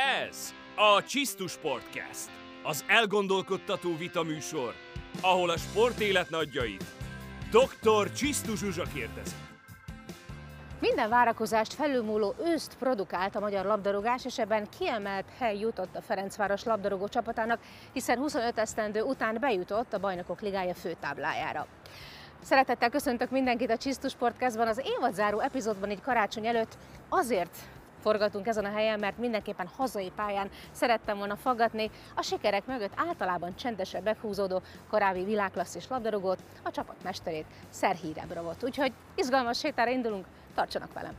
Ez a Csisztus Podcast, az elgondolkodtató vitaműsor, ahol a sportélet nagyjait Dr. Csisztus Zsuzsa kérdezi. Minden várakozást felülmúló őszt produkált a magyar labdarúgás, és ebben kiemelt hely jutott a Ferencváros labdarúgó csapatának, hiszen 25 esztendő után bejutott a Bajnokok Ligája főtáblájára. Szeretettel köszöntök mindenkit a Csisztus Podcastban. Az évadzáró epizódban így karácsony előtt azért forgatunk ezen a helyen, mert mindenképpen hazai pályán szerettem volna faggatni a sikerek mögött általában csendesen meghúzódó korábbi világklasszis labdarúgót, a csapat mesterét, Szerhíj Rebrovot. Úgyhogy izgalmas sétára indulunk, tartsanak velem!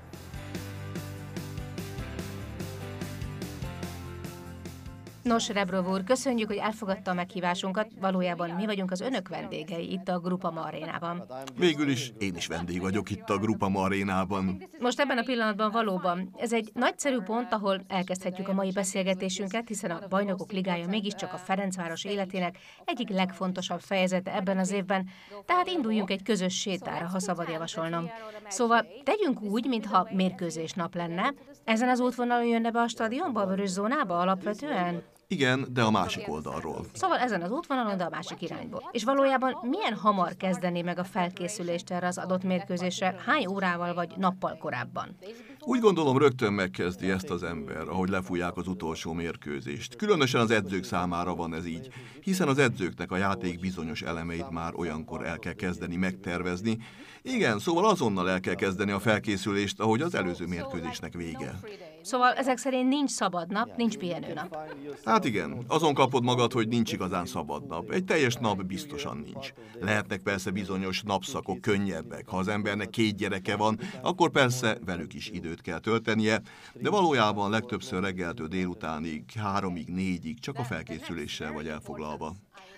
Nos, Rebrov úr, köszönjük, hogy elfogadta a meghívásunkat. Valójában mi vagyunk az önök vendégei itt a Groupama arénában. Végül is én is vendég vagyok itt a Groupama arénában. Most ebben a pillanatban valóban. Ez egy nagyszerű pont, ahol elkezdhetjük a mai beszélgetésünket, hiszen a Bajnokok Ligája mégiscsak a Ferencváros életének egyik legfontosabb fejezete ebben az évben, tehát induljunk egy közös sétára, ha szabad javasolnom. Szóval tegyünk úgy, mintha mérkőzés nap lenne. Ezen az útvonalon jönne be a stadionba, a vörös zónába alapvetően? Igen, de a másik oldalról. Szóval ezen az útvonalon, de a másik irányból. És valójában milyen hamar kezdené meg a felkészülést erre az adott mérkőzésre? Hány órával vagy nappal korábban? Úgy gondolom, rögtön megkezdi ezt az ember, ahogy lefújják az utolsó mérkőzést. Különösen az edzők számára van ez így, hiszen az edzőknek a játék bizonyos elemeit már olyankor el kell kezdeni megtervezni. Igen, szóval azonnal el kell kezdeni a felkészülést, ahogy az előző mérkőzésnek vége. Szóval ezek szerint nincs szabad nap, nincs pihenőnap. Hát igen, azon kapod magad, hogy nincs igazán szabad nap. Egy teljes nap biztosan nincs. Lehetnek persze bizonyos napszakok könnyebbek. Ha az embernek 2 gyereke van, akkor persze velük is időt kell töltenie, de valójában legtöbbször reggeltől délutánig, 3-ig, 4-ig csak a felkészüléssel vagy elfoglalva.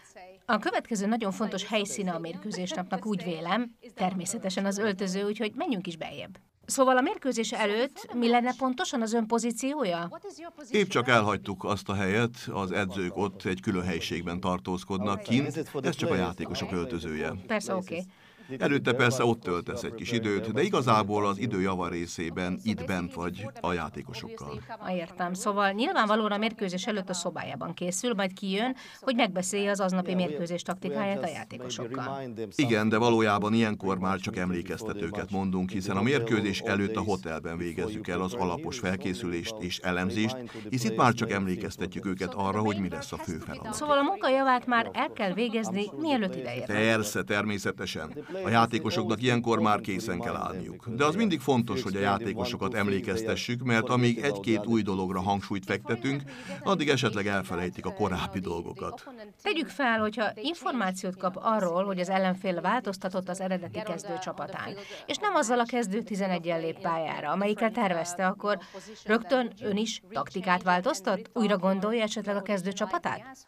A következő nagyon fontos helyszíne a mérkőzésnapnak, úgy vélem, természetesen az öltöző, úgyhogy menjünk is beljebb. Szóval a mérkőzés előtt mi lenne pontosan az ön pozíciója? Épp csak elhagytuk azt a helyet, az edzők ott egy külön helyiségben tartózkodnak kint, ez csak a játékosok öltözője. Persze, oké. Előtte persze ott töltesz egy kis időt, de igazából az idő java részében itt bent vagy a játékosokkal. Értem. Szóval nyilvánvalóan a mérkőzés előtt a szobájában készül, majd kijön, hogy megbeszélje az aznapi mérkőzés taktikáját a játékosokkal. Igen, de valójában ilyenkor már csak emlékeztetőket mondunk, hiszen a mérkőzés előtt a hotelben végezzük el az alapos felkészülést és elemzést, hisz itt már csak emlékeztetjük őket arra, hogy mi lesz a fő feladat. Szóval a munkajavát már el kell végezni, mielőtt ideérnek. Persze, természetesen. A játékosoknak ilyenkor már készen kell állniuk. De az mindig fontos, hogy a játékosokat emlékeztessük, mert amíg 1-2 új dologra hangsúlyt fektetünk, addig esetleg elfelejtik a korábbi dolgokat. Tegyük fel, hogyha információt kap arról, hogy az ellenfél változtatott az eredeti kezdő csapatán, és nem azzal a kezdő 11-en lép pályára, amelyikkel tervezte, akkor rögtön ön is taktikát változtat? Újra gondolja esetleg a kezdő csapatát?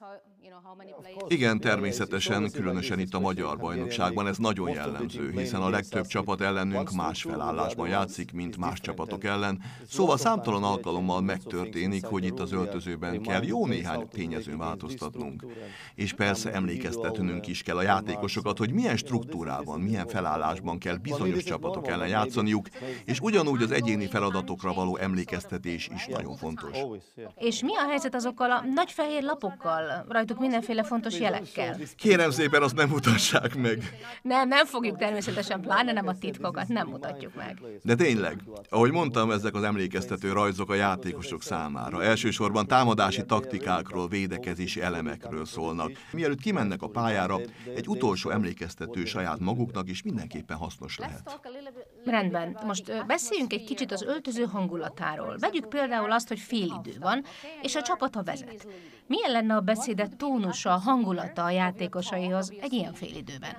Igen, természetesen, különösen itt a magyar bajnokságban ez nagyon jellemző, hiszen a legtöbb csapat ellenünk más felállásban játszik, mint más csapatok ellen, szóval számtalan alkalommal megtörténik, hogy itt az öltözőben kell jó néhány tényezőn változtatnunk. És persze emlékeztetnünk is kell a játékosokat, hogy milyen struktúrában, milyen felállásban kell bizonyos csapatok ellen játszaniuk, és ugyanúgy az egyéni feladatokra való emlékeztetés is nagyon fontos. És mi a helyzet azokkal a nagy fehér lapokkal, rajtuk mindenféle fontos jelekkel? Kérem szépen, azt nem mutassák meg. Nem fogjuk természetesen, pláne nem a titkokat, nem mutatjuk meg. De tényleg, ahogy mondtam, ezek az emlékeztető rajzok a játékosok számára. Elsősorban támadási taktikákról, védekezési elemekről szólnak. Mielőtt kimennek a pályára, egy utolsó emlékeztető saját maguknak is mindenképpen hasznos lehet. Rendben, most beszéljünk egy kicsit az öltöző hangulatáról. Vegyük például azt, hogy félidő van, és a csapata vezet. Milyen lenne a beszédet tónusa, a hangulata a játékosaihoz egy ilyen félidőben?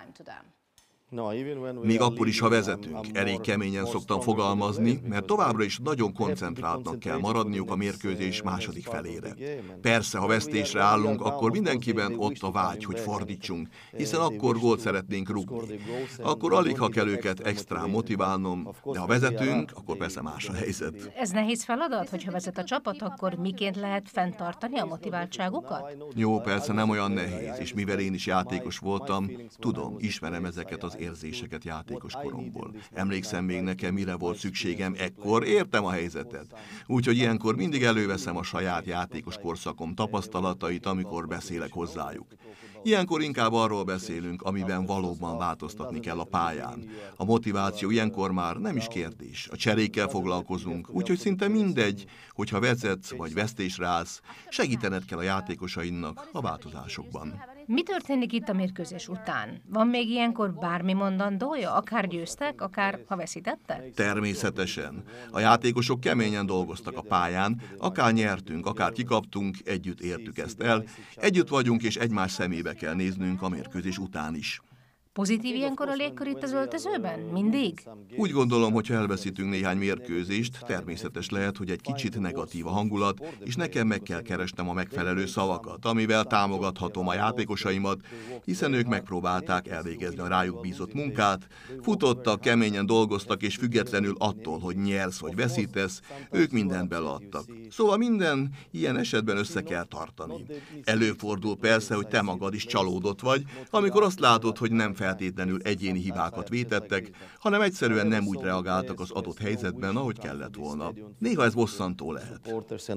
Még akkor is, ha vezetünk, elég keményen szoktam fogalmazni, mert továbbra is nagyon koncentráltnak kell maradniuk a mérkőzés második felére. Persze, ha vesztésre állunk, akkor mindenkiben ott a vágy, hogy fordítsunk, hiszen akkor gólt szeretnénk rúgni. Akkor alig ha kell őket extrán motiválnom, de ha vezetünk, akkor persze más a helyzet. Ez nehéz feladat, hogyha vezet a csapat, akkor miként lehet fenntartani a motiváltságukat? Jó, persze nem olyan nehéz, és mivel én is játékos voltam, tudom, ismerem ezeket az érzéseket játékos koromból. Emlékszem még nekem, mire volt szükségem ekkor, értem a helyzetet. Úgyhogy ilyenkor mindig előveszem a saját játékos korszakom tapasztalatait, amikor beszélek hozzájuk. Ilyenkor inkább arról beszélünk, amiben valóban változtatni kell a pályán. A motiváció ilyenkor már nem is kérdés. A cserékkel foglalkozunk, úgyhogy szinte mindegy, hogyha vezetsz vagy vesztésre állsz, segítened kell a játékosaidnak a változásokban. Mi történik itt a mérkőzés után? Van még ilyenkor bármi mondandója? Akár győztek, akár ha veszítettek? Természetesen. A játékosok keményen dolgoztak a pályán, akár nyertünk, akár kikaptunk, együtt értük ezt el. Együtt vagyunk, és egymás szemébe kell néznünk a mérkőzés után is. Pozitív ilyenkor a légkör itt az öltözőben? Mindig? Úgy gondolom, hogy ha elveszítünk néhány mérkőzést, természetes lehet, hogy egy kicsit negatív a hangulat, és nekem meg kell keresnem a megfelelő szavakat, amivel támogathatom a játékosaimat, hiszen ők megpróbálták elvégezni a rájuk bízott munkát, futottak, keményen dolgoztak, és függetlenül attól, hogy nyersz vagy veszítesz, ők mindent beleadtak. Szóval minden ilyen esetben össze kell tartani. Előfordul persze, hogy te magad is csalódott vagy, amikor azt látod, hogy nem feltétlenül egyéni hibákat vétettek, hanem egyszerűen nem úgy reagáltak az adott helyzetben, ahogy kellett volna. Néha ez bosszantó lehet.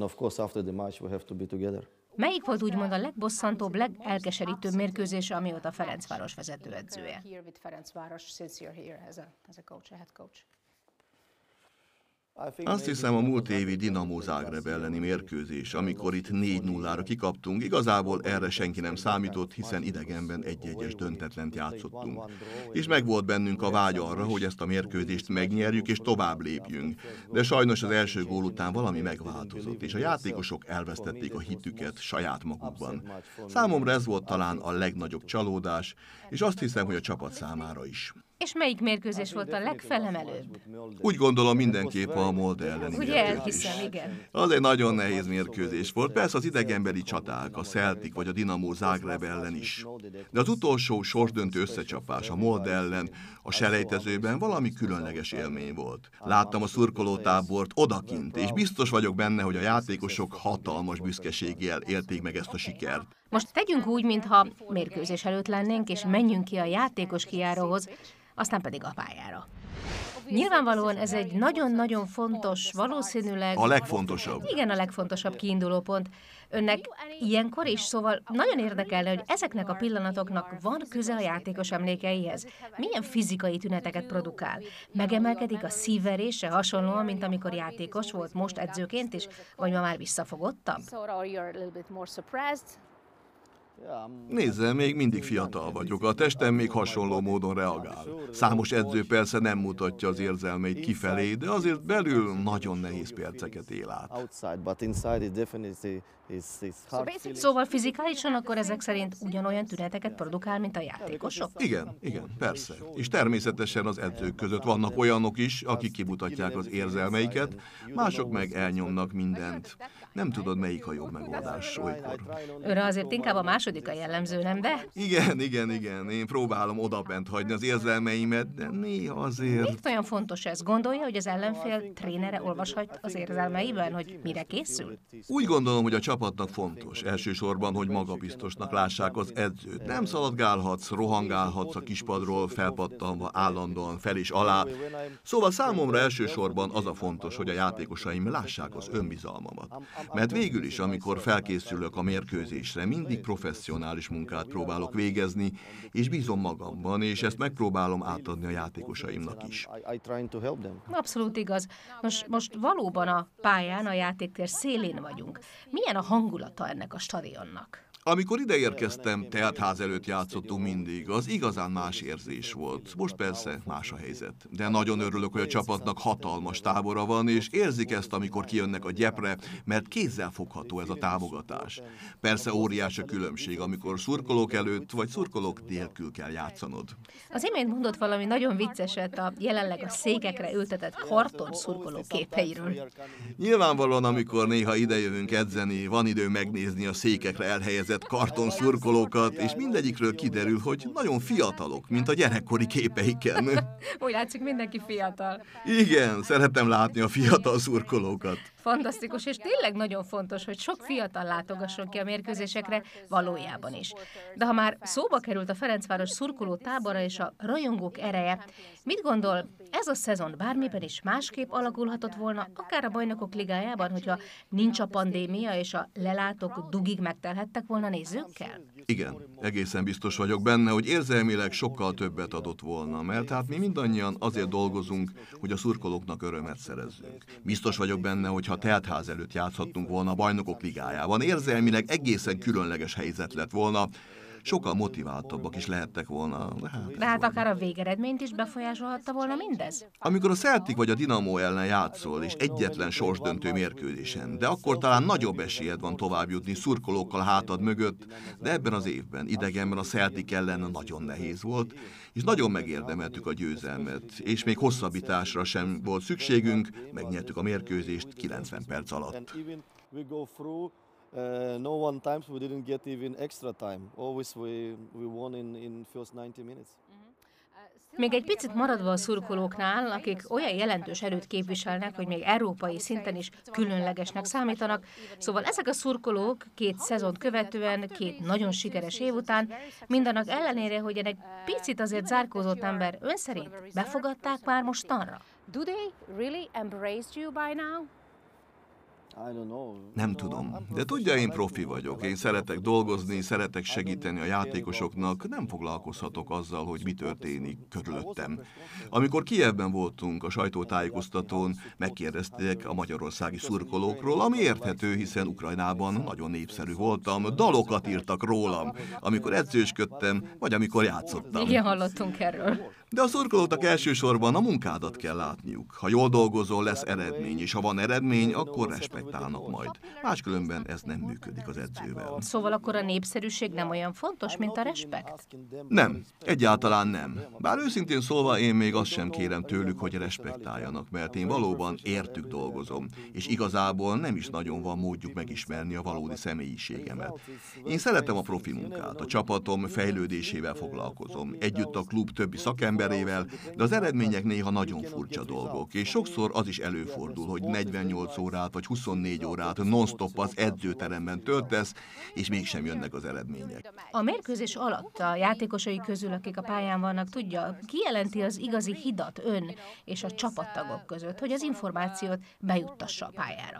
Melyik volt úgymond a legbosszantóbb, legelkeserítőbb mérkőzés, amióta Ferencváros vezetőedzője? Azt hiszem, a múlt évi Dinamo Zágráb elleni mérkőzés, amikor itt 4-0-ra kikaptunk, igazából erre senki nem számított, hiszen idegenben 1-1-es döntetlent játszottunk. És megvolt bennünk a vágy arra, hogy ezt a mérkőzést megnyerjük és tovább lépjünk. De sajnos az első gól után valami megváltozott, és a játékosok elvesztették a hitüket saját magukban. Számomra ez volt talán a legnagyobb csalódás, és azt hiszem, hogy a csapat számára is. És melyik mérkőzés volt a legfelemelőbb? Úgy gondolom mindenképp a Molde elleni Ugye mérkőzés. elhiszem, igen. Az egy nagyon nehéz mérkőzés volt. Persze az idegenbeli csaták, a Celtic vagy a Dinamo Zágráb ellen is. De az utolsó sorsdöntő összecsapás a Molde ellen a selejtezőben valami különleges élmény volt. Láttam a szurkolótábort odakint, és biztos vagyok benne, hogy a játékosok hatalmas büszkeséggel élték meg ezt a sikert. Most tegyünk úgy, mintha mérkőzés előtt lennénk, és menjünk ki a játékos kijáróhoz, aztán pedig a pályára. Nyilvánvalóan ez egy nagyon-nagyon fontos, valószínűleg... A legfontosabb. Igen, a legfontosabb kiindulópont. Önnek ilyenkor is, szóval nagyon érdekelne, hogy ezeknek a pillanatoknak van köze a játékos emlékeihez. Milyen fizikai tüneteket produkál? Megemelkedik a szívverése hasonlóan, mint amikor játékos volt, most edzőként is, vagy ma már visszafogottabb? Nézze, még mindig fiatal vagyok, a testem még hasonló módon reagál. Számos edző persze nem mutatja az érzelmeit kifelé, de azért belül nagyon nehéz perceket él át. Szóval fizikálisan akkor ezek szerint ugyanolyan tüneteket produkál, mint a játékosok? Igen, persze. És természetesen az edzők között vannak olyanok is, akik kimutatják az érzelmeiket, mások meg elnyomnak mindent. Nem tudod, melyik a jobb megoldás olykor. Őre azért inkább a második a jellemző, nem de? Igen. Én próbálom odabent hagyni az érzelmeimet, de néha azért... Miért olyan fontos ez? Gondolja, hogy az ellenfél trénere olvashat az érzelmeiben, hogy mire készül? Úgy gondolom, hogy a csapatnak fontos. Elsősorban, hogy magabiztosnak lássák az edzőt. Nem szaladgálhatsz, rohangálhatsz a kispadról, felpattanva állandóan fel és alá. Szóval számomra elsősorban az a fontos, hogy a játékosaim lássák az önbizalmamat. Mert végül is, amikor felkészülök a mérkőzésre, mindig professzionális munkát próbálok végezni, és bízom magamban, és ezt megpróbálom átadni a játékosaimnak is. Abszolút igaz. Most valóban a pályán, a játéktér szélén vagyunk. Milyen a hangulata ennek a stadionnak? Amikor ide érkeztem, teltház előtt játszottunk mindig, az igazán más érzés volt. Most persze más a helyzet. De nagyon örülök, hogy a csapatnak hatalmas tábora van, és érzik ezt, amikor kijönnek a gyepre, mert kézzel fogható ez a támogatás. Persze óriás a különbség, amikor szurkolók előtt vagy szurkolók nélkül kell játszanod. Az imént mondott valami nagyon vicceset a jelenleg a székekre ültetett karton szurkoló képeiről. Nyilvánvalóan, amikor néha idejövünk edzeni, van idő megnézni a székekre elhelyezett megnézett kartonszurkolókat, és mindegyikről kiderül, hogy nagyon fiatalok, mint a gyerekkori képeiken. Úgy látszik, mindenki fiatal. Igen, szeretem látni a fiatal szurkolókat. Fantasztikus, és tényleg nagyon fontos, hogy sok fiatal látogasson ki a mérkőzésekre valójában is. De ha már szóba került a Ferencváros szurkoló tábora és a rajongók ereje, mit gondol, ez a szezon bármiben is másképp alakulhatott volna, akár a Bajnokok Ligájában, hogyha nincs a pandémia és a lelátók dugig megtelhettek volna nézőkkel? Igen, egészen biztos vagyok benne, hogy érzelmileg sokkal többet adott volna, mert hát mi mindannyian azért dolgozunk, hogy a szurkolóknak örömet szerezzünk. Biztos vagyok benne, hogy ha teltház előtt játszhattunk volna a Bajnokok Ligájában, érzelmileg egészen különleges helyzet lett volna, sokkal motiváltabbak is lehettek volna. De hát akár a végeredményt is befolyásolhatta volna mindez? Amikor a Celtic vagy a Dinamo ellen játszol, és egyetlen sorsdöntő mérkőzésen, de akkor talán nagyobb esélyed van továbbjutni szurkolókkal hátad mögött, de ebben az évben, idegenben a Celtic ellen nagyon nehéz volt, és nagyon megérdemeltük a győzelmet, és még hosszabbításra sem volt szükségünk, megnyertük a mérkőzést 90 perc alatt. No one times we didn't get even extra time. Always we won in first 90 minutes. Még egy picit maradva a szurkolóknál, akik olyan jelentős erőt képviselnek, hogy még európai szinten is különlegesnek számítanak. Szóval ezek a szurkolók 2 szezont követően, 2 nagyon sikeres év után, mindannak ellenére, hogy egy picit azért zárkózott ember, ön szerint befogadták már mostanra? Do they really embrace you by now? Nem tudom, de tudja, én profi vagyok. Én szeretek dolgozni, szeretek segíteni a játékosoknak, nem foglalkozhatok azzal, hogy mi történik körülöttem. Amikor Kijevben voltunk a sajtótájékoztatón, megkérdezték a magyarországi szurkolókról, ami érthető, hiszen Ukrajnában nagyon népszerű voltam, dalokat írtak rólam, amikor edzősködtem, vagy amikor játszottam. Igen, hallottunk erről. De a szurkolóknak elsősorban a munkádat kell látniuk. Ha jól dolgozol, lesz eredmény, és ha van eredmény, akkor respektálnak majd. Máskülönben ez nem működik az edzővel. Szóval akkor a népszerűség nem olyan fontos, mint a respekt? Nem, egyáltalán nem. Bár őszintén szólva én még azt sem kérem tőlük, hogy respektáljanak, mert én valóban értük dolgozom, és igazából nem is nagyon van módjuk megismerni a valódi személyiségemet. Én szeretem a profi munkát, a csapatom fejlődésével foglalkozom, együtt a klub többi szakemberével, de az eredmények néha nagyon furcsa dolgok, és sokszor az is előfordul, hogy 48 órát vagy 24 órát non-stop az edzőteremben töltesz, és mégsem jönnek az eredmények. A mérkőzés alatt a játékosai közül, akik a pályán vannak, tudja, kijelenti az igazi hidat ön és a csapattagok között, hogy az információt bejuttassa a pályára.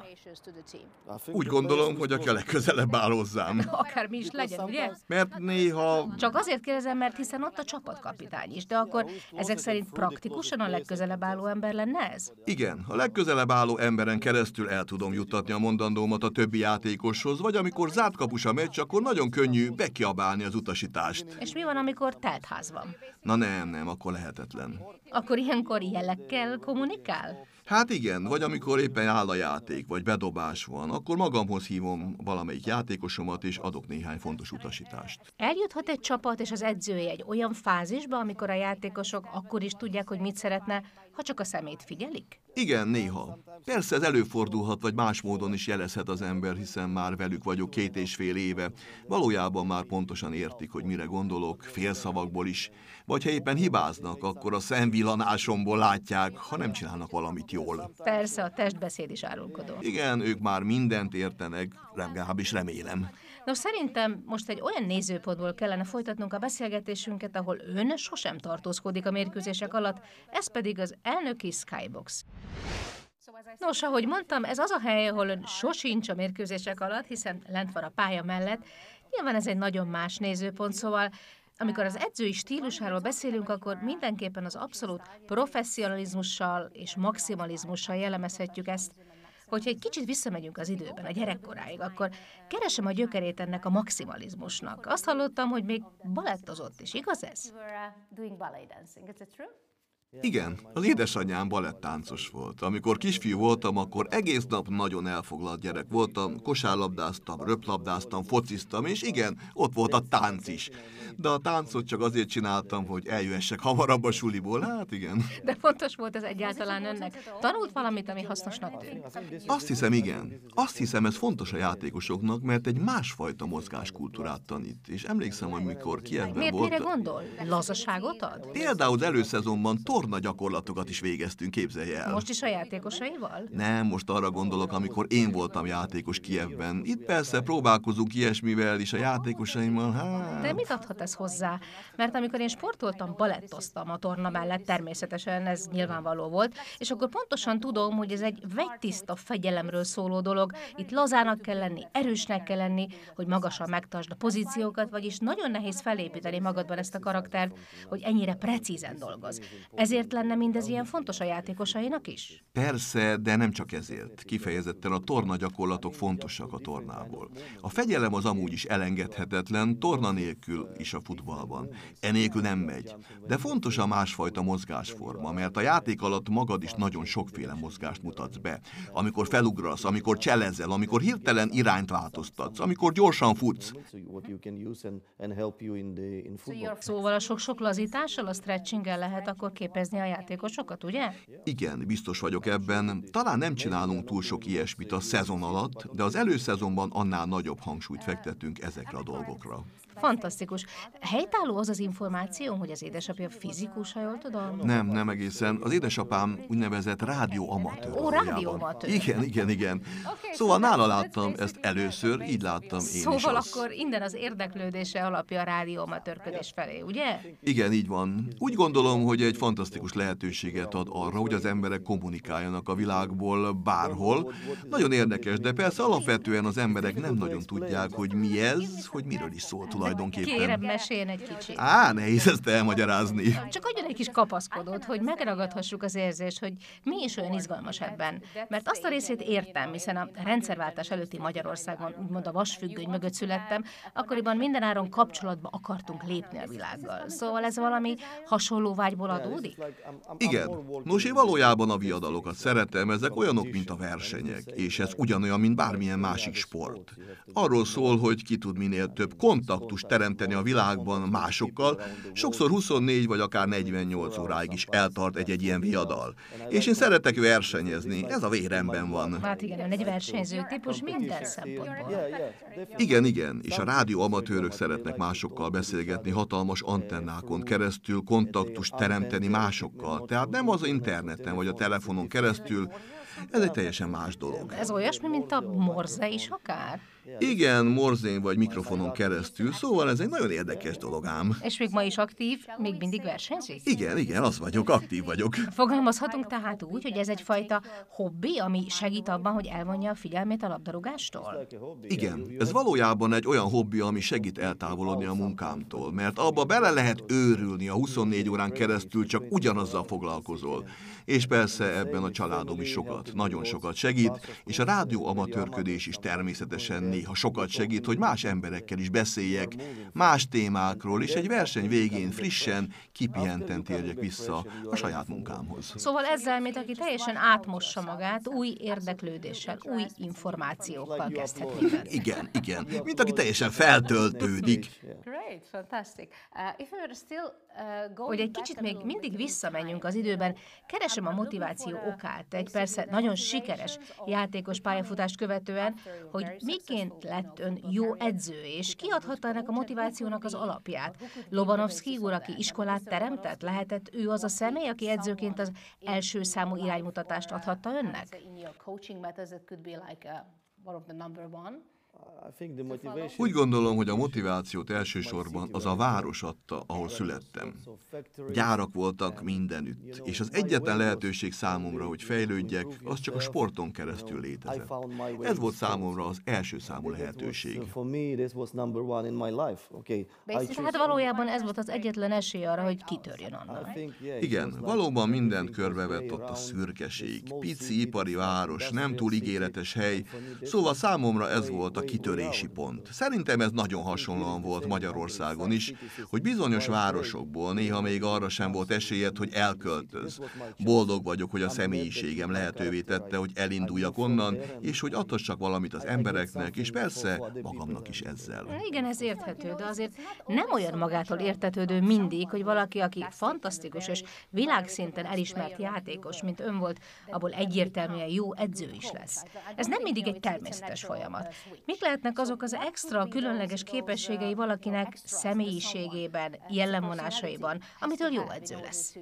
Úgy gondolom, hogy aki a legközelebb áll hozzám. Akármi is legyen, ugye? Mert néha... Csak azért kérdezem, mert hiszen ott a csapatkapitány is, de akkor ezek szerint praktikusan a legközelebb álló ember lenne ez? Igen, a legközelebb álló emberen keresztül el tudom juttatni a mondandómat a többi játékoshoz, vagy amikor zárt kapus a meccs, akkor nagyon könnyű bekiabálni az utasítást. És mi van, amikor teltház van? Na nem, akkor lehetetlen. Akkor ilyenkor jelekkel kommunikál? Hát igen, vagy amikor éppen áll a játék, vagy bedobás van, akkor magamhoz hívom valamelyik játékosomat, és adok néhány fontos utasítást. Eljuthat egy csapat és az edzője egy olyan fázisba, amikor a játékosok akkor is tudják, hogy mit szeretne, ha csak a szemét figyelik? Igen, néha. Persze ez előfordulhat, vagy más módon is jelezhet az ember, hiszen már velük vagyok 2,5 éve. Valójában már pontosan értik, hogy mire gondolok, félszavakból is. Vagy ha éppen hibáznak, akkor a szemvillanásomból látják, ha nem csinálnak valamit jól. Persze, a testbeszéd is árulkodó. Igen, ők már mindent értenek, legalábbis remélem. Nos, szerintem most egy olyan nézőpontból kellene folytatnunk a beszélgetésünket, ahol ön sosem tartózkodik a mérkőzések alatt, ez pedig az elnöki Skybox. Nos, ahogy mondtam, ez az a hely, ahol ön sosincs a mérkőzések alatt, hiszen lent van a pálya mellett. Nyilván ez egy nagyon más nézőpont, szóval amikor az edzői stílusáról beszélünk, akkor mindenképpen az abszolút professzionalizmussal és maximalizmussal jellemezhetjük ezt. Hogyha egy kicsit visszamegyünk az időben, a gyerekkoráig, akkor keresem a gyökerét ennek a maximalizmusnak. Azt hallottam, hogy még balettozott is, igaz ez? Igen, az édesanyám balettáncos volt. Amikor kisfiú voltam, akkor egész nap nagyon elfoglalt gyerek voltam, kosárlabdáztam, röplabdáztam, fociztam, és igen, ott volt a tánc is. De a táncot csak azért csináltam, hogy eljöhessek hamarabb a suliból, hát igen. De fontos volt ez egyáltalán önnek? Tanult valamit, ami hasznosnak tűnt? Azt hiszem, igen. Azt hiszem, ez fontos a játékosoknak, mert egy másfajta mozgáskultúrát tanít. És emlékszem, hogy mikor Kijevben voltam. Mire gondol? Lazaságot ad? Például az előszezonban torna gyakorlatokat is végeztünk, képzelje el. Most is a játékosaival? Nem, most arra gondolok, amikor én voltam játékos Kijevben. Itt persze próbálkozunk ilyesmivel, és a játékosaimmal, hát... De mit adhat ez hozzá? Mert amikor én sportoltam, balettoztam a torna mellett, természetesen ez nyilvánvaló volt, és akkor pontosan tudom, hogy ez egy vegytiszta fegyelemről szóló dolog. Itt lazának kell lenni, erősnek kell lenni, hogy magasan megtartsd a pozíciókat, vagyis nagyon nehéz felépíteni magadban ezt a karaktert, hogy ennyire precízen dolgoz. Ezért lenne mindez ilyen fontos a játékosainak is? Persze, de nem csak ezért. Kifejezetten a torna gyakorlatok fontosak a tornából. A fegyelem az amúgy is elengedhetetlen, torna nélkül is a futballban. Enélkül nem megy. De fontos a másfajta mozgásforma, mert a játék alatt magad is nagyon sokféle mozgást mutatsz be. Amikor felugrasz, amikor cselezel, amikor hirtelen irányt változtatsz, amikor gyorsan futsz. Szóval a sok-sok lazítással, a stretchinggel lehet akkor képezni a játékosokat, ugye? Igen, biztos vagyok ebben. Talán nem csinálunk túl sok ilyesmit a szezon alatt, de az előszezonban annál nagyobb hangsúlyt fektetünk ezekre a dolgokra. Fantasztikus. Helytálló az az információ, hogy az édesapja fizikus, ha jól tudom? Nem egészen. Az édesapám úgynevezett rádióamatőr. Ó, rádióamatőr. Igen. Szóval nála láttam ezt először, így láttam én is Szóval azt. akkor innen az érdeklődése alapja a rádióamatőrködés felé, ugye? Igen, így van. Úgy gondolom, hogy egy fantasztikus lehetőséget ad arra, hogy az emberek kommunikáljanak a világból bárhol. Nagyon érdekes, de persze alapvetően az emberek nem nagyon tudják, hogy mi ez, hogy miről is szól tulajdonképpen. Kérem, meséljen egy kicsit. Nehéz ezt elmagyarázni. Csak adjon egy kis kapaszkodót, hogy megragadhassuk az érzést, hogy mi is olyan izgalmas ebben. Mert azt a részét értem, hiszen a rendszerváltás előtti Magyarországon, úgymond a vasfüggöny mögött születtem, akkoriban mindenáron kapcsolatba akartunk lépni a világgal. Szóval ez valami hasonló vágyból adódik? Igen. Nos, én valójában a viadalokat szeretem, ezek olyanok, mint a versenyek, és ez ugyanolyan, mint bármilyen másik sport. Arról szól, hogy ki tud minél több kontaktust teremteni a világban másokkal, sokszor 24 vagy akár 48 óráig is eltart egy ilyen viadal. És én szeretek versenyezni, ez a véremben van. Hát igen, ön egy versenyző típus minden szempontból. Igen, és a rádióamatőrök szeretnek másokkal beszélgetni, hatalmas antennákon keresztül kontaktust teremteni másokkal. Tehát nem az interneten vagy a telefonon keresztül, ez egy teljesen más dolog. Ez olyasmi, mint a morze is akár? Igen, morzén vagy mikrofonon keresztül, szóval ez egy nagyon érdekes dolog ám. És még ma is aktív, még mindig versenyzik? Igen, az vagyok, aktív vagyok. Fogalmazhatunk tehát úgy, hogy ez egyfajta hobbi, ami segít abban, hogy elvonja a figyelmét a labdarúgástól? Igen, ez valójában egy olyan hobbi, ami segít eltávolodni a munkámtól, mert abba bele lehet őrülni, a 24 órán keresztül csak ugyanazzal foglalkozol. És persze ebben a családom is sokat, nagyon sokat segít, és a rádióamatőrködés is természetesen néha sokat segít, hogy más emberekkel is beszéljek, más témákról, és egy verseny végén frissen, kipihenten térjek vissza a saját munkámhoz. Szóval ezzel, mint aki teljesen átmossa magát, új érdeklődéssel, új információkkal kezdhet mindent. Igen, mint aki teljesen feltöltődik. Hogy egy kicsit még mindig visszamenjünk az időben, keresem a motiváció okát, egy persze nagyon sikeres játékos pályafutást követően, hogy miként lett ön jó edző, és kiadhatta ennek a motivációnak az alapját. Lobanovszky úr, aki iskolát teremtett, lehetett ő az a személy, aki edzőként az első számú iránymutatást adhatta önnek? Úgy gondolom, hogy a motivációt elsősorban az a város adta, ahol születtem. Gyárak voltak mindenütt, és az egyetlen lehetőség számomra, hogy fejlődjek, az csak a sporton keresztül létezett. Ez volt számomra az első számú lehetőség. Tehát valójában ez volt az egyetlen esély arra, hogy kitörjön onnan. Igen, valóban mindent körbevett ott a szürkeség. Pici ipari város, nem túl ígéretes hely, szóval számomra ez volt a kitörési pont. Szerintem ez nagyon hasonlóan volt Magyarországon is, hogy bizonyos városokból néha még arra sem volt esélyed, hogy elköltöz. Boldog vagyok, hogy a személyiségem lehetővé tette, hogy elinduljak onnan, és hogy adhassak valamit az embereknek, és persze magamnak is ezzel. Igen, ez érthető, de azért nem olyan magától értetődő mindig, hogy valaki, aki fantasztikus és világszinten elismert játékos, mint ön volt, abból egyértelműen jó edző is lesz. Ez nem mindig egy természetes folyamat. Mik lehetnek azok az extra, különleges képességei valakinek személyiségében, jellemvonásaiban, amitől jó edző lesz?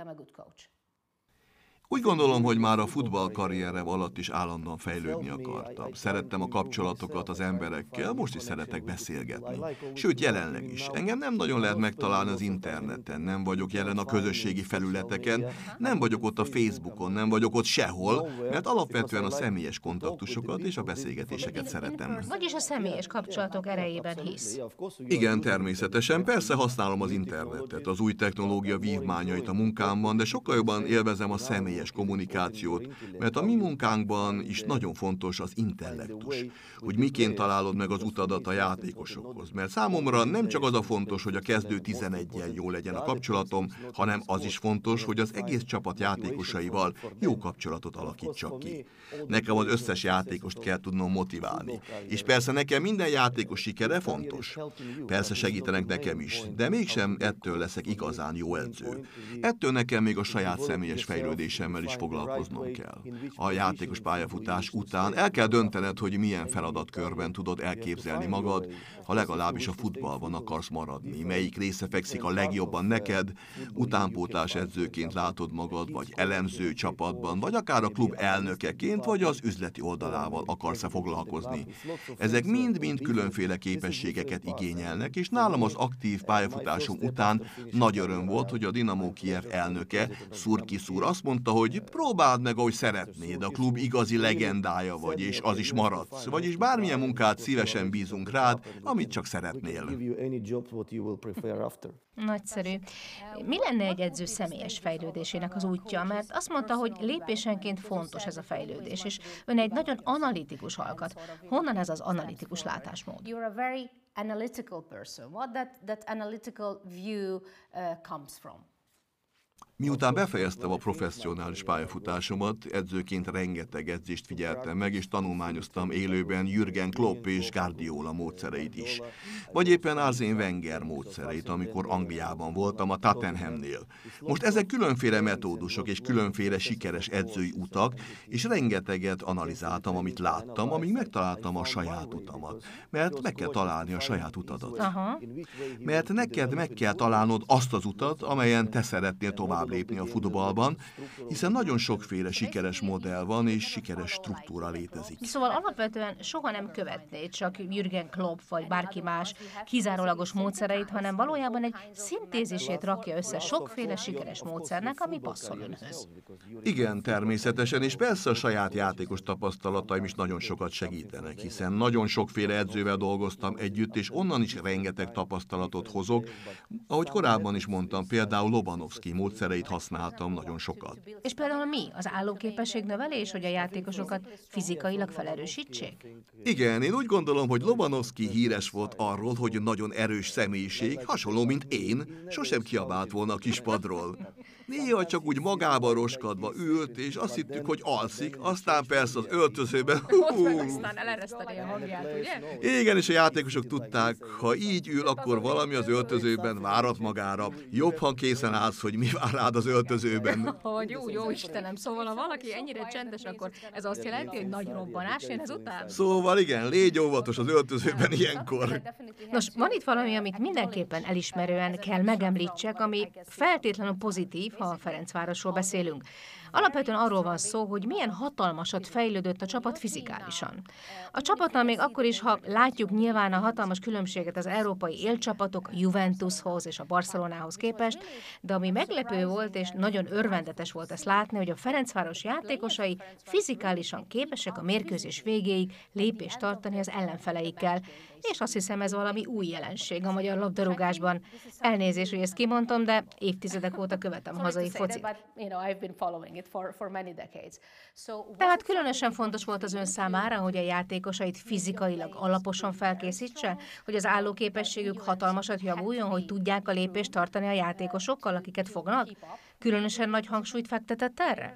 Úgy gondolom, hogy már a futballkarrierem alatt is állandóan fejlődni akartam. Szerettem a kapcsolatokat az emberekkel, most is szeretek beszélgetni. Sőt, jelenleg is. Engem nem nagyon lehet megtalálni az interneten, nem vagyok jelen a közösségi felületeken, nem vagyok ott a Facebookon, nem vagyok ott sehol, mert alapvetően a személyes kontaktusokat és a beszélgetéseket szeretem. Vagyis a személyes kapcsolatok erejében hisz. Igen, természetesen. Persze használom az internetet, az új technológia vívmányait a munkámban, de sokkal jobban élvezem a személyes kommunikációt, mert a mi munkánkban is nagyon fontos az intellektus, hogy miként találod meg az utadat a játékosokhoz. Mert számomra nem csak az a fontos, hogy a kezdő 11-jel jó legyen a kapcsolatom, hanem az is fontos, hogy az egész csapat játékosaival jó kapcsolatot alakítsak ki. Nekem az összes játékost kell tudnom motiválni. És persze nekem minden játékos sikere fontos. Persze segítenek nekem is, de mégsem ettől leszek igazán jó edző. Ettől nekem még a saját személyes fejlődésemmel is foglalkoznom kell. A játékos pályafutás után el kell döntened, hogy milyen feladatkörben tudod elképzelni magad, ha legalábbis a futballban akarsz maradni. Melyik része fekszik a legjobban neked, utánpótlás edzőként látod magad, vagy elemző csapatban, vagy akár a klub elnökeként, vagy az üzleti oldalával akarsz-e foglalkozni. Ezek mind-mind különféle képességeket igényelnek, és nálam az aktív pályafutásom után nagy öröm volt, hogy a Dinamo Kijev elnöke, Szurkis úr azt mondta, hogy próbáld meg, ahogy szeretnéd, a klub igazi legendája vagy, és az is maradsz. Vagyis bármilyen munkát szívesen bízunk rád, amit csak szeretnél. Nagyszerű. Mi lenne egy edző személyes fejlődésének az útja? Mert azt mondta, hogy lépésenként fontos ez a fejlődés, és ön egy nagyon analitikus alkat. Honnan ez az analitikus látásmód? You're a very analytical person. What that analytical view comes from? Miután befejeztem a professzionális pályafutásomat, edzőként rengeteg edzést figyeltem meg, és tanulmányoztam élőben Jürgen Klopp és Guardiola módszereit is. Vagy éppen Arsène Wenger módszereit, amikor Angliában voltam a Tottenhamnél. Most ezek különféle metódusok és különféle sikeres edzői utak, és rengeteget analizáltam, amit láttam, amíg megtaláltam a saját utamat. Mert meg kell találni a saját utadat. Mert neked meg kell találnod azt az utat, amelyen te szeretnél tovább lépni a futballban, hiszen nagyon sokféle sikeres modell van, és sikeres struktúra létezik. Szóval alapvetően soha nem követné csak Jürgen Klopp vagy bárki más kizárólagos módszereit, hanem valójában egy szintézisét rakja össze sokféle sikeres módszernek, ami passzol önhöz. Igen, természetesen, és persze a saját játékos tapasztalataim is nagyon sokat segítenek, hiszen nagyon sokféle edzővel dolgoztam együtt, és onnan is rengeteg tapasztalatot hozok. Ahogy korábban is mondtam, például Lobanovszky módszereit használtam nagyon sokat. És például mi? Az állóképesség növelés, hogy a játékosokat fizikailag felerősítsék? Igen, én úgy gondolom, hogy Lobanovszky híres volt arról, hogy nagyon erős személyiség, hasonló, mint én, sosem kiabált volna a kispadról. Néha csak úgy magába roskadva ült, és azt hittük, hogy alszik, aztán persze az öltözőben... Ott meg aztán elereszteni a hangját, ugye? Igen, és a játékosok tudták, ha így ül, akkor valami az öltözőben várat magára. Jobban készen állsz, hogy mi vár rád az öltözőben. Jó Istenem, szóval ha valaki ennyire csendes, akkor ez azt jelenti, hogy nagy robbanás jön ezután? Szóval igen, légy óvatos az öltözőben ilyenkor. Nos, van itt valami, amit mindenképpen elismerően kell megemlítsek, ami feltétlenül pozitív, ha a Ferencvárosról beszélünk. Alapvetően arról van szó, hogy milyen hatalmasat fejlődött a csapat fizikálisan. A csapatnál még akkor is, ha látjuk nyilván a hatalmas különbséget az európai élcsapatok a Juventushoz és a Barcelonához képest, de ami meglepő volt és nagyon örvendetes volt ezt látni, hogy a Ferencváros játékosai fizikálisan képesek a mérkőzés végéig lépést tartani az ellenfeleikkel, és azt hiszem, ez valami új jelenség a magyar labdarúgásban. Elnézést, hogy ezt kimondtam, de évtizedek óta követem a hazai focit. Tehát különösen fontos volt az ön számára, hogy a játékosait fizikailag alaposan felkészítse, hogy az állóképességük hatalmasat javuljon, hogy tudják a lépést tartani a játékosokkal, akiket fognak? Különösen nagy hangsúlyt fektetett erre?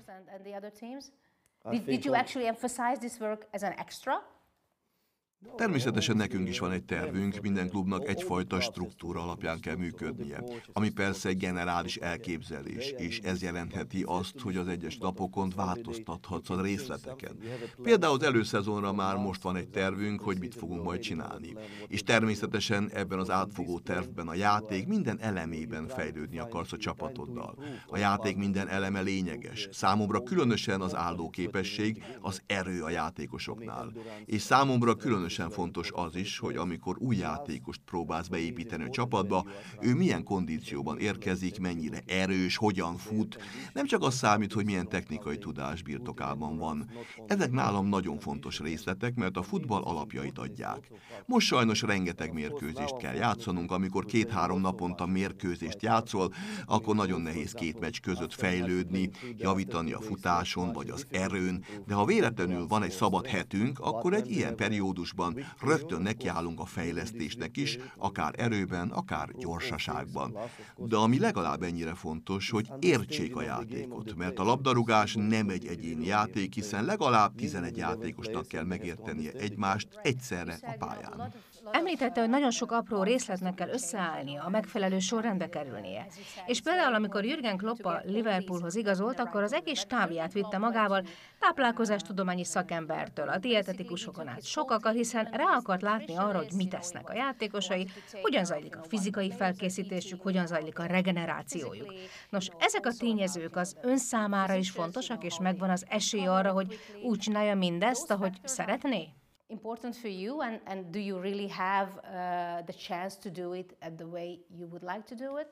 Did you actually emphasize this work as an extra? Természetesen nekünk is van egy tervünk, minden klubnak egyfajta struktúra alapján kell működnie, ami persze egy generális elképzelés, és ez jelentheti azt, hogy az egyes napokon változtathatsz a részleteken. Például az előszezonra már most van egy tervünk, hogy mit fogunk majd csinálni. És természetesen ebben az átfogó tervben a játék minden elemében fejlődni akarsz a csapatoddal. A játék minden eleme lényeges. Számomra különösen az állóképesség, az erő a játékosoknál. És számomra különösen fontos az is, hogy amikor új játékost próbálsz beépíteni a csapatba, ő milyen kondícióban érkezik, mennyire erős, hogyan fut. Nem csak az számít, hogy milyen technikai tudás birtokában van. Ezek nálam nagyon fontos részletek, mert a futball alapjait adják. Most sajnos rengeteg mérkőzést kell játszanunk, amikor 2-3 naponta mérkőzést játszol, akkor nagyon nehéz 2 meccs között fejlődni, javítani a futáson vagy az erőn, de ha véletlenül van egy szabad hetünk, akkor egy ilyen periódusban rögtön nekiállunk a fejlesztésnek is, akár erőben, akár gyorsaságban. De ami legalább ennyire fontos, hogy értsék a játékot, mert a labdarúgás nem egy egyéni játék, hiszen legalább 11 játékosnak kell megértenie egymást egyszerre a pályán. Említette, hogy nagyon sok apró részletnek kell összeállnia, a megfelelő sorrendbe kerülnie. És például, amikor Jürgen Klopp a Liverpoolhoz igazolt, akkor az egész stábját vitte magával, táplálkozástudományi szakembertől, a dietetikusokon át sokakat, hiszen rá akart látni arra, hogy mit tesznek a játékosai, hogyan zajlik a fizikai felkészítésük, hogyan zajlik a regenerációjuk. Nos, ezek a tényezők az ön számára is fontosak, és megvan az esély arra, hogy úgy csinálja mindezt, ahogy szeretné? Important for you, and do you really have the chance to do it at the way you would like to do it?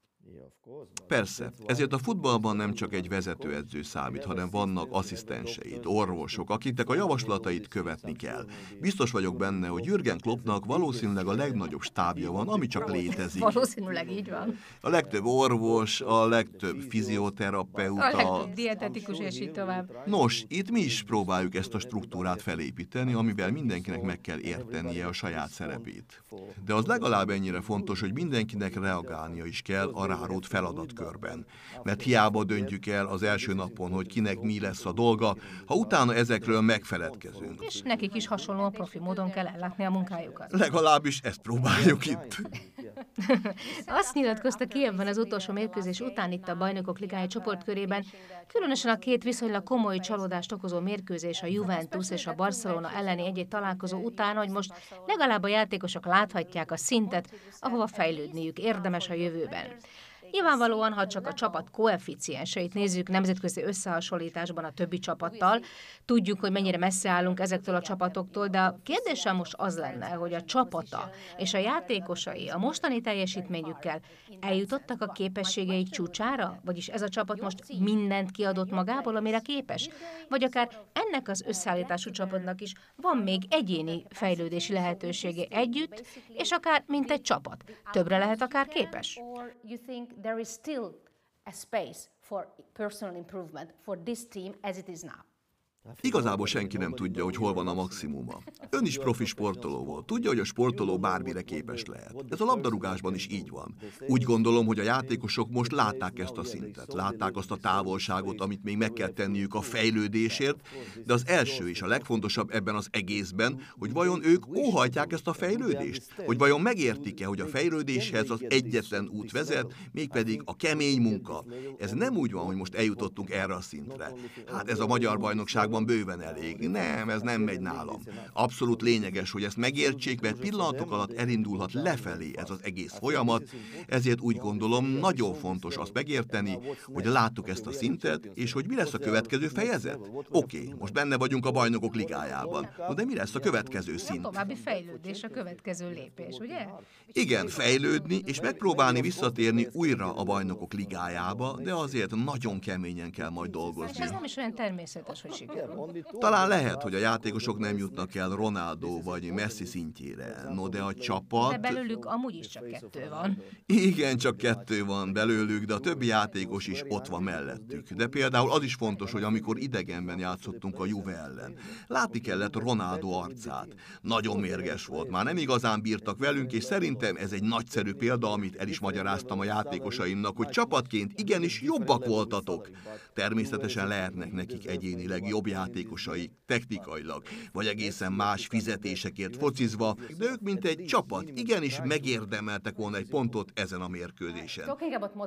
Persze, ezért a futballban nem csak egy vezetőedző számít, hanem vannak asszisztenseid, orvosok, akiknek a javaslatait követni kell. Biztos vagyok benne, hogy Jürgen Kloppnak valószínűleg a legnagyobb stábja van, ami csak létezik. Valószínűleg így van. A legtöbb orvos, a legtöbb fizioterapeuta. A legtöbb dietetikus, és így tovább. Nos, itt mi is próbáljuk ezt a struktúrát felépíteni, amivel mindenkinek meg kell értenie a saját szerepét. De az legalább ennyire fontos, hogy mindenkinek reagálnia is kell a rárót feladatkörben. Mert hiába döntjük el az első napon, hogy kinek mi lesz a dolga, ha utána ezekről megfeledkezünk. És nekik is hasonlóan profi módon kell ellátni a munkájukat. Legalábbis ezt próbáljuk itt. Azt nyilatkozta Kijevben az utolsó mérkőzés után itt a Bajnokok Ligája csoportkörében, különösen a két viszonylag komoly csalódást okozó mérkőzés, a Juventus és a Barcelona elleni egy-egy találkozó után, hogy most legalább a játékosok láthatják a szintet, ahova fejlődniük érdemes a jövőben. Nyilvánvalóan, ha csak a csapat koeficienseit nézzük nemzetközi összehasonlításban a többi csapattal, tudjuk, hogy mennyire messze állunk ezektől a csapatoktól, de a kérdésem most az lenne, hogy a csapata és a játékosai a mostani teljesítményükkel eljutottak a képességeik csúcsára? Vagyis ez a csapat most mindent kiadott magából, amire képes? Vagy akár ennek az összeállítású csapatnak is van még egyéni fejlődési lehetősége együtt, és akár mint egy csapat. Többre lehet akár képes? There is still a space for personal improvement for this team as it is now. Igazából senki nem tudja, hogy hol van a maximuma. Ön is profi sportoló volt. Tudja, hogy a sportoló bármire képes lehet. Ez a labdarúgásban is így van. Úgy gondolom, hogy a játékosok most látták ezt a szintet, látták azt a távolságot, amit még meg kell tenniük a fejlődésért, de az első és a legfontosabb ebben az egészben, hogy vajon ők óhajtják ezt a fejlődést? Hogy vajon megértik-e, hogy a fejlődéshez az egyetlen út vezet, mégpedig a kemény munka. Ez nem úgy van, hogy most eljutottunk erre a szintre. Hát ez a magyar bajnokságban bőven elég. Nem, ez nem megy nálam. Abszolút lényeges, hogy ezt megértsék, mert pillanatok alatt elindulhat lefelé ez az egész folyamat, ezért úgy gondolom, nagyon fontos azt megérteni, hogy láttuk ezt a szintet, és hogy mi lesz a következő fejezet. Oké, most benne vagyunk a Bajnokok Ligájában, de mi lesz a következő szint? A további fejlődés, a következő lépés, ugye? Igen, fejlődni, és megpróbálni visszatérni újra a Bajnokok Ligájába, de azért nagyon keményen kell majd dolgozni. És ez nem is olyan természetes, hogy sikerül. Talán lehet, hogy a játékosok nem jutnak el Ronaldo vagy Messi szintjére. No, de a csapat... De belőlük amúgy is csak 2 van. Igen, csak 2 van belőlük, de a többi játékos is ott van mellettük. De például az is fontos, hogy amikor idegenben játszottunk a Juve ellen, látni kellett Ronaldo arcát. Nagyon mérges volt, már nem igazán bírtak velünk, és szerintem ez egy nagyszerű példa, amit el is magyaráztam a játékosaimnak, hogy csapatként igenis jobbak voltatok. Természetesen lehetnek nekik egyénileg jobb játékosai, technikailag, vagy egészen más fizetésekért focizva, de ők mint egy csapat igenis megérdemeltek volna egy pontot ezen a mérkőzésen.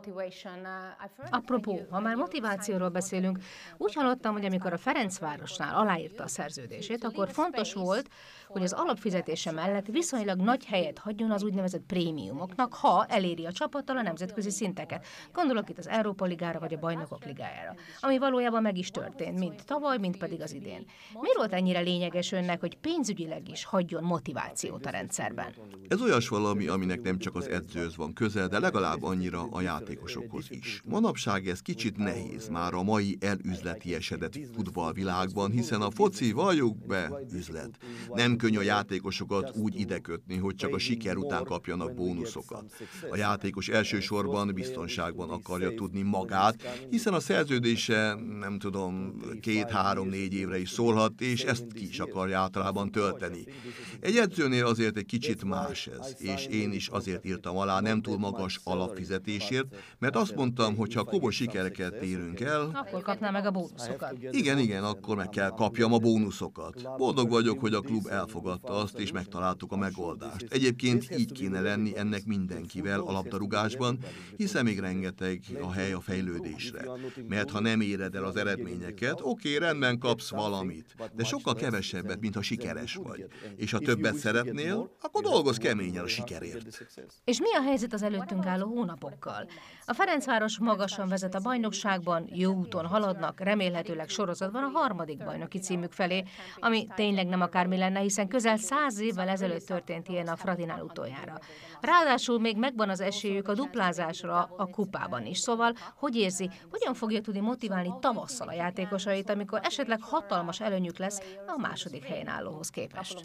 Apropó, ha már motivációról beszélünk, úgy hallottam, hogy amikor a Ferencvárosnál aláírta a szerződését, akkor fontos volt, hogy az alapfizetése mellett viszonylag nagy helyet hagyjon az úgynevezett prémiumoknak, ha eléri a csapattal a nemzetközi szinteket. Gondolok itt az Európa Ligára vagy a Bajnokok Ligájára, ami valójában meg is történt, mind tavaly, mind pedig az idén. Miért volt ennyire lényeges önnek, hogy pénzügyileg is hagyjon motivációt a rendszerben? Ez olyas valami, aminek nem csak az edzőhöz van köze, de legalább annyira a játékosokhoz is. Manapság ez kicsit nehéz már a mai elüzletiesedett futballvilágban, hiszen a foci, valljuk be, üzlet. Nem könnyű a játékosokat úgy idekötni, hogy csak a siker után kapjanak bónuszokat. A játékos elsősorban biztonságban akarja tudni magát, hiszen a szerződése, nem tudom, 2-3-4 évre is szólhat, és ezt ki is akarja általában tölteni. Egy edzőnél azért egy kicsit más ez, és én is azért írtam alá nem túl magas alapfizetésért, mert azt mondtam, hogy ha komoly sikereket érünk el, akkor kapná meg a bónuszokat. Igen, akkor meg kell kapjam a bónuszokat. Boldog vagyok, hogy a klub elfogadta azt, és megtaláltuk a megoldást. Egyébként így kéne lenni ennek mindenkivel a labdarúgásban, hiszen még rengeteg a hely a fejlődésre. Mert ha nem éred el az eredményeket, oké, rendben kapsz valamit, de sokkal kevesebbet, mint ha sikeres vagy. És ha többet szeretnél, akkor dolgozz keményen a sikerért. És mi a helyzet az előttünk álló hónapokkal? A Ferencváros magasan vezet a bajnokságban, jó úton haladnak, remélhetőleg sorozatban a 3. bajnoki címük felé, ami tényleg nem akármi lenne, hiszen közel 100 évvel ezelőtt történt ilyen a Fratinál utoljára. Ráadásul még megvan az esélyük a duplázásra a kupában is. Szóval, hogy érzi, hogyan fogja tudni motiválni tavasszal a játékosait, amikor esetleg hatalmas előnyük lesz a 2. helyen állóhoz képest?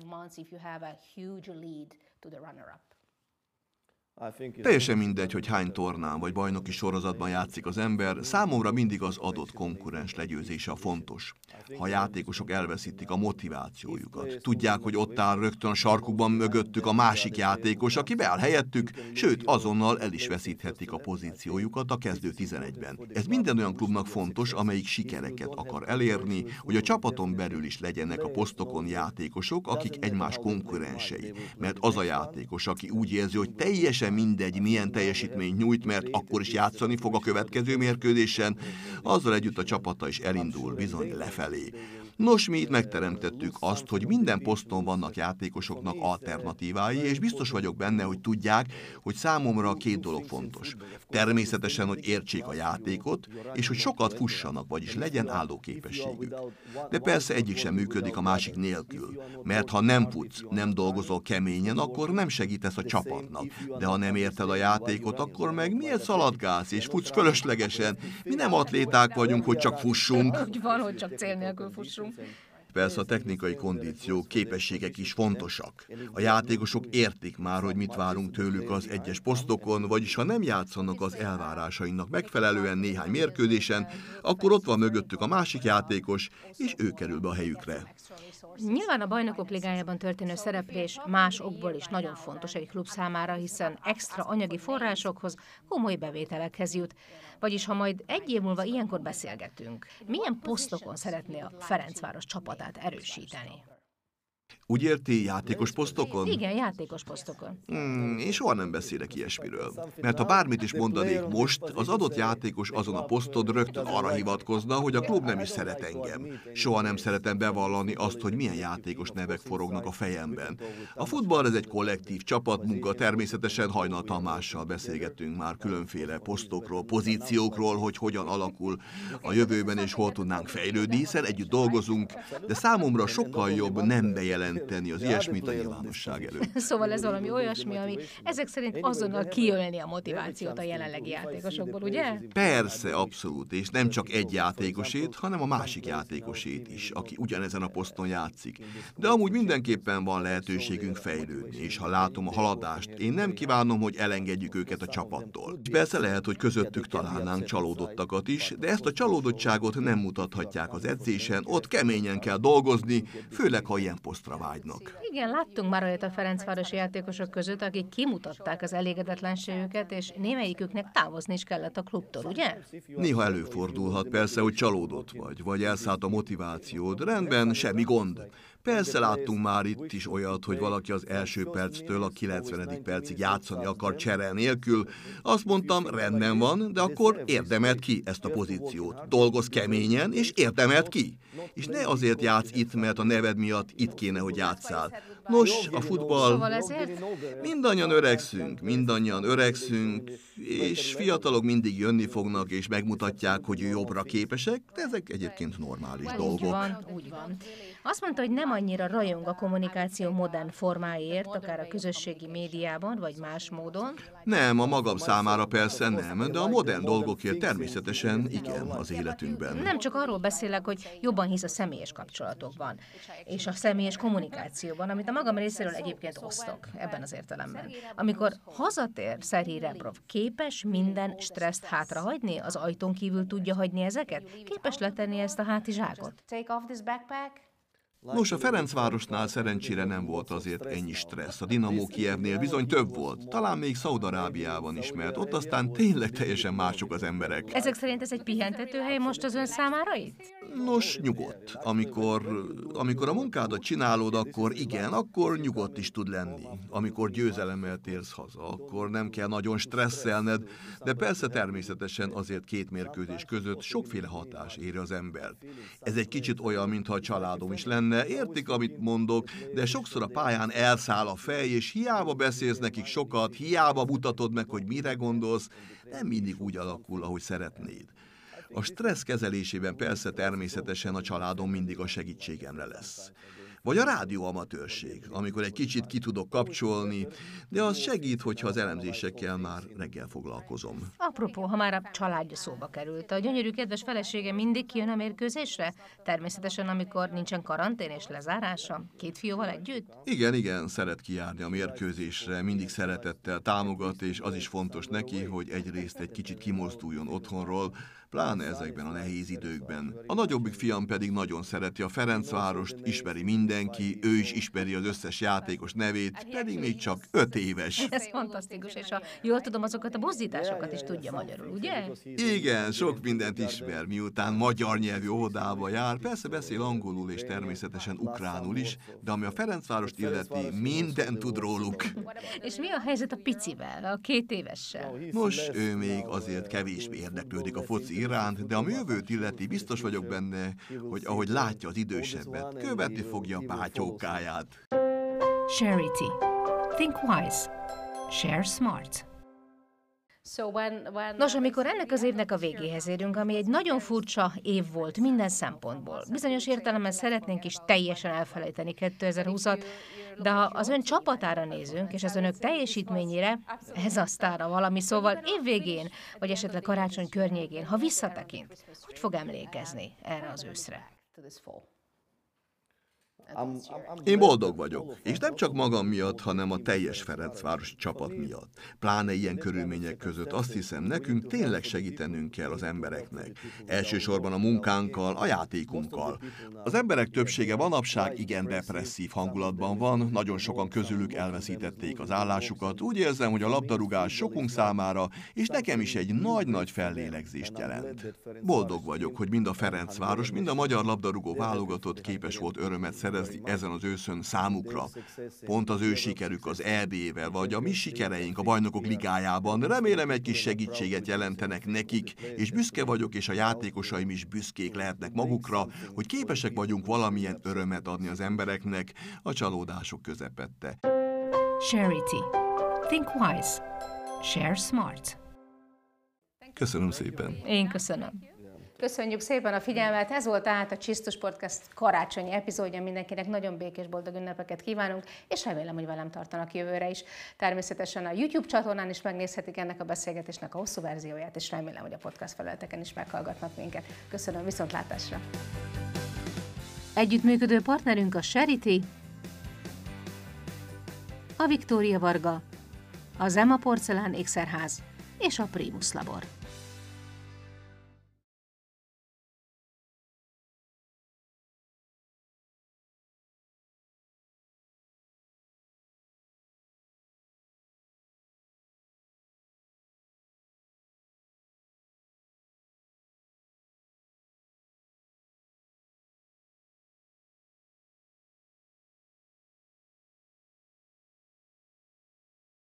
Teljesen mindegy, hogy hány tornán vagy bajnoki sorozatban játszik az ember, számomra mindig az adott konkurens legyőzése a fontos. Ha a játékosok elveszítik a motivációjukat, tudják, hogy ott áll rögtön a sarkukban mögöttük a másik játékos, aki beáll helyettük, sőt, azonnal el is veszíthetik a pozíciójukat a kezdő 11-ben. Ez minden olyan klubnak fontos, amelyik sikereket akar elérni, hogy a csapaton belül is legyenek a posztokon játékosok, akik egymás konkurensei. Mert az a játékos, aki úgy érzi, hogy teljesen mindegy, milyen teljesítményt nyújt, mert akkor is játszani fog a következő mérkőzésen, azzal együtt a csapata is elindul bizony lefelé. Nos, mi itt megteremtettük azt, hogy minden poszton vannak játékosoknak alternatívái, és biztos vagyok benne, hogy tudják, hogy számomra 2 dolog fontos. Természetesen, hogy értsék a játékot, és hogy sokat fussanak, vagyis legyen állóképességük. De persze egyik sem működik a másik nélkül, mert ha nem futsz, nem dolgozol keményen, akkor nem segítesz a csapatnak. De ha nem érted a játékot, akkor meg miért szaladgálsz és futsz fölöslegesen? Mi nem atléták vagyunk, hogy csak fussunk. Úgy van, hogy csak cél nélkül fussunk. Persze a technikai kondíció, képességek is fontosak. A játékosok értik már, hogy mit várunk tőlük az egyes posztokon, vagyis ha nem játszanak az elvárásainak megfelelően néhány mérkőzésen, akkor ott van mögöttük a másik játékos, és ő kerül be a helyükre. Nyilván a Bajnokok Ligájában történő szereplés más okból is nagyon fontos egy klub számára, hiszen extra anyagi forrásokhoz, komoly bevételekhez jut. Vagyis ha majd 1 év múlva ilyenkor beszélgetünk, milyen posztokon szeretné a Ferencváros csapatát erősíteni? Úgy érti, játékos posztokon? Igen, játékos posztokon. Én soha nem beszélek ilyesmiről. Mert ha bármit is mondanék most, az adott játékos azon a poszton rögtön arra hivatkozna, hogy a klub nem is szeret engem. Soha nem szeretem bevallani azt, hogy milyen játékos nevek forognak a fejemben. A futball ez egy kollektív csapatmunka, természetesen Hajnal Tamással beszélgettünk már különféle posztokról, pozíciókról, hogy hogyan alakul a jövőben és hol tudnánk fejlődni, hiszen együtt dolgozunk, de számomra sokkal jobb nem bejelenteni tenni az ilyesmit a nyilvánosság előtt. Szóval ez valami olyasmi, ami ezek szerint azonnal kiölni a motivációt a jelenlegi játékosokból, ugye? Persze, abszolút, és nem csak egy játékosét, hanem a másik játékosét is, aki ugyanezen a poszton játszik. De amúgy mindenképpen van lehetőségünk fejlődni, és ha látom a haladást, én nem kívánom, hogy elengedjük őket a csapattól. Persze lehet, hogy közöttük találnánk csalódottakat is, de ezt a csalódottságot nem mutathatják az edzésen, ott keményen kell dolgozni, főleg ha ilyen posztra vágynak. Igen, láttunk már olyat a ferencvárosi játékosok között, akik kimutatták az elégedetlenségüket, és némelyiküknek távozni is kellett a klubtól, ugye? Néha előfordulhat persze, hogy csalódott vagy elszállt a motivációd. Rendben, semmi gond. Persze láttunk már itt is olyat, hogy valaki az első perctől a 90. percig játszani akar csere nélkül. Azt mondtam, rendben van, de akkor érdemelt ki ezt a pozíciót. Dolgozz keményen, és érdemelt ki. És ne azért játsz itt, mert a neved miatt itt kéne, hogy játsszál. Nos, a futball... Szóval ezért... Mindannyian öregszünk, és fiatalok mindig jönni fognak, és megmutatják, hogy jobbra képesek, de ezek egyébként normális dolgok. Úgy van. Azt mondta, hogy nem annyira rajong a kommunikáció modern formáért, akár a közösségi médiában, vagy más módon. Nem, a magam számára persze nem, de a modern dolgokért természetesen igen az életünkben. Nem csak arról beszélek, hogy jobban hisz a személyes kapcsolatokban, és a személyes kommunikációban, amit a magam részéről egyébként osztok ebben az értelemben. Amikor hazatér Serhij Rebrov, képes minden stresszt hátrahagyni, az ajtón kívül tudja hagyni ezeket? Képes letenni ezt a hátizsákot? Nos, a Ferencvárosnál szerencsére nem volt azért ennyi stressz. A Dinamo Kijevnél bizony több volt. Talán még Szaúd-Arábiában is, mert ott aztán tényleg teljesen mások az emberek. Ezek szerint ez egy pihentetőhely most az ön számára itt? Nos, nyugodt. Amikor a munkádat csinálod, akkor igen, akkor nyugodt is tud lenni. Amikor győzelemmel térsz haza, akkor nem kell nagyon stresszelned, de persze természetesen azért két mérkőzés között sokféle hatás éri az embert. Ez egy kicsit olyan, mintha a családom is lenne. Értik, amit mondok, de sokszor a pályán elszáll a fej, és hiába beszélsz nekik sokat, hiába mutatod meg, hogy mire gondolsz, nem mindig úgy alakul, ahogy szeretnéd. A stressz kezelésében persze természetesen a családom mindig a segítségemre lesz. Vagy a rádióamatőrség, amikor egy kicsit ki tudok kapcsolni, de az segít, hogyha az elemzésekkel már reggel foglalkozom. Apropó, ha már a családja szóba került, a gyönyörű kedves felesége mindig kijön a mérkőzésre? Természetesen, amikor nincsen karantén és lezárása? Két fiúval együtt? Igen, szeret kijárni a mérkőzésre, mindig szeretettel támogat, és az is fontos neki, hogy egyrészt egy kicsit kimozduljon otthonról, pláne ezekben a nehéz időkben. A nagyobbik fiam pedig nagyon szereti a Ferencvárost, ismeri mindenki, ő is ismeri az összes játékos nevét, pedig még csak 5 éves. Ez fantasztikus, és jól tudom, azokat a buzdításokat is tudja magyarul, ugye? Igen, sok mindent ismer, miután magyar nyelvű óvodába jár, persze beszél angolul és természetesen ukránul is, de ami a Ferencvárost illeti, mindent tud róluk. És mi a helyzet a picivel, a 2 évessel? Nos, ő még azért kevésbé érdeklődik a foci iránt, de ami jövőt illeti, biztos vagyok benne, hogy ahogy látja az idősebbet, követni fogja a bátyókáját. Charity. Think wise. Share smart. Nos, amikor ennek az évnek a végéhez érünk, ami egy nagyon furcsa év volt minden szempontból, bizonyos értelemben szeretnénk is teljesen elfelejteni 2020-at, de ha az ön csapatára nézünk, és az önök teljesítményére, ez aztán valami, szóval évvégén, vagy esetleg karácsony környékén, ha visszatekint, hogy fog emlékezni erre az őszre? Én boldog vagyok, és nem csak magam miatt, hanem a teljes ferencvárosi csapat miatt. Pláne ilyen körülmények között azt hiszem, nekünk tényleg segítenünk kell az embereknek. Elsősorban a munkánkkal, a játékunkkal. Az emberek többsége manapság igen depresszív hangulatban van, nagyon sokan közülük elveszítették az állásukat. Úgy érzem, hogy a labdarúgás sokunk számára, és nekem is egy nagy-nagy fellélegzést jelent. Boldog vagyok, hogy mind a Ferencváros, mind a magyar labdarúgó válogatott képes volt örömet szerezni ezen az őszön számukra. Pont az ő sikerük az EB-vel, vagy a mi sikereink a Bajnokok Ligájában remélem egy kis segítséget jelentenek nekik, és büszke vagyok, és a játékosaim is büszkék lehetnek magukra, hogy képesek vagyunk valamilyen örömet adni az embereknek a csalódások közepette. Charity. Think wise. Share smart. Köszönöm szépen. Én köszönöm. Köszönjük szépen a figyelmet, ez volt tehát a Csisztus Podcast karácsonyi epizódja, mindenkinek nagyon békés, boldog ünnepeket kívánunk, és remélem, hogy velem tartanak jövőre is. Természetesen a YouTube csatornán is megnézhetik ennek a beszélgetésnek a hosszú verzióját, és remélem, hogy a podcast felületeken is meghallgatnak minket. Köszönöm, viszontlátásra! Együttműködő partnerünk a Charity, a Viktória Varga, az Emma Porcelán Ékszerház és a Primus Labor.